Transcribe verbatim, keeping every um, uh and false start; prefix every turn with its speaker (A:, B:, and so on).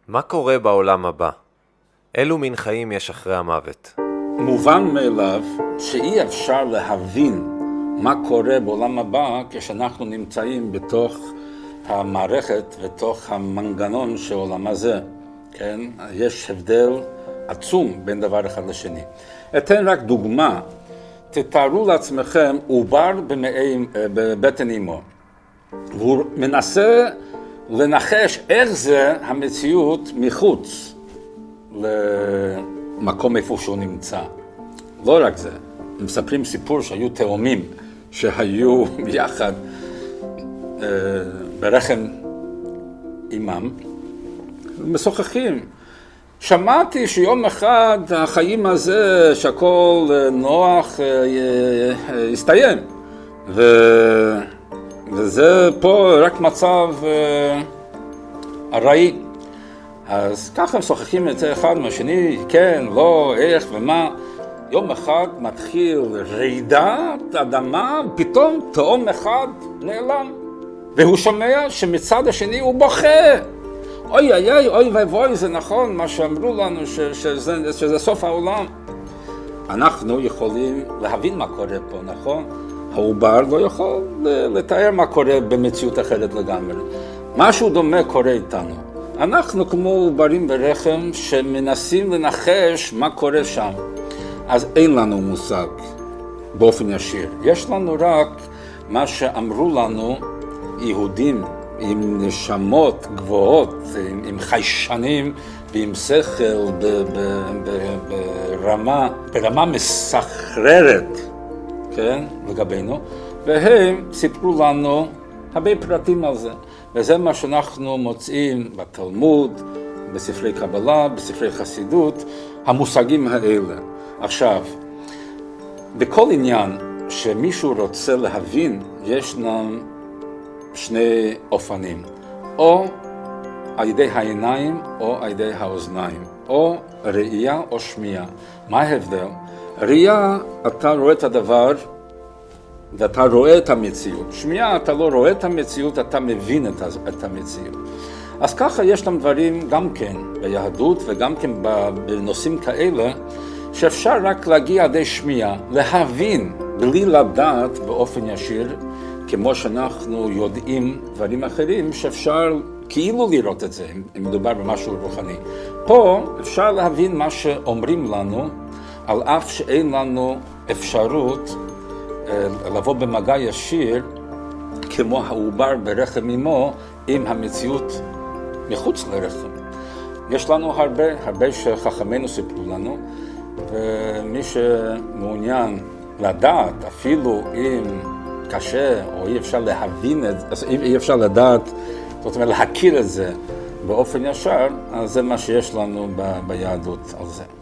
A: מה קורה בעולם הבא? אילו מין חיים יש אחרי המוות?
B: מובן מאליו שאי אפשר להבין מה קורה בעולם הבא כשאנחנו נמצאים בתוך המערכת ותוך המנגנון של העולם הזה. כן? יש הבדל עצום בין דבר אחד לשני. אתן רק דוגמה. תתארו לעצמכם עובר במעי, בבטן אמו. והוא מנסה לנחש איך זה המציאות מחוץ למקום איפה שהוא נמצא. לא רק זה, הם מספרים סיפור שהיו תאומים שהיו ביחד אה, ברחם אימם, משוחחים. שמעתי שיום אחד החיים הזה שהכל נוח יסתיים, ו... וזה פה רק מצב ארעי. אז ככה הם שוחחים את זה אחד מהשני, כן, לא, איך ומה. יום אחד מתחיל רעידת אדמה, פתאום תאום אחד נעלם. והוא שומע שמצד השני הוא בוכה. אוי אוי אוי אוי ואוי, זה נכון מה שאמרו לנו ש, שזה, שזה סוף העולם. אנחנו יכולים להבין מה קורה פה, נכון? העובר לא יכול לתאר מה קורה במציאות אחרת לגמרי. משהו דומה קורה איתנו. אנחנו כמו עוברים ברחם שמנסים לנחש מה קורה שם. אז אין לנו מושג באופן ישיר. יש לנו רק מה שאמרו לנו יהודים עם נשמות גבוהות, עם, עם חיישנים ועם שכל ב, ב, ב, ברמה, ברמה מסחררת, כן, לגבינו, והם סיפרו לנו הרבה פרטים על זה. וזה מה שאנחנו מוצאים בתלמוד, בספרי קבלה, בספרי חסידות, המושגים האלה. עכשיו, בכל עניין שמישהו רוצה להבין, ישנם שני אופנים, או על ידי העיניים או על ידי האוזניים, או ראייה או שמיעה. מה ההבדל? ראייה, אתה רואה את הדבר ואתה רואה את המציאות. שמיעה, אתה לא רואה את המציאות, אתה מבין את המציאות. אז ככה יש להם דברים גם כן ביהדות וגם כן בנושאים כאלה, שאפשר רק להגיע עד שמיעה, להבין בלי לדעת באופן ישיר, כמו שאנחנו יודעים דברים אחרים, שאפשר כאילו לראות את זה, אם מדובר במשהו רוחני. פה אפשר להבין מה שאומרים לנו, על אף שאין לנו אפשרות לבוא במגע ישיר, כמו העובר ברחם אמו, עם המציאות מחוץ לרחם. יש לנו הרבה, הרבה שחכמינו סיפרו לנו, ומי שמעוניין לדעת, אפילו אם קשה, או אי אפשר להבין את זה, אי אפשר לדעת, זאת אומרת, להכיר את זה באופן ישר, אז זה מה שיש לנו ב- ביהדות על זה.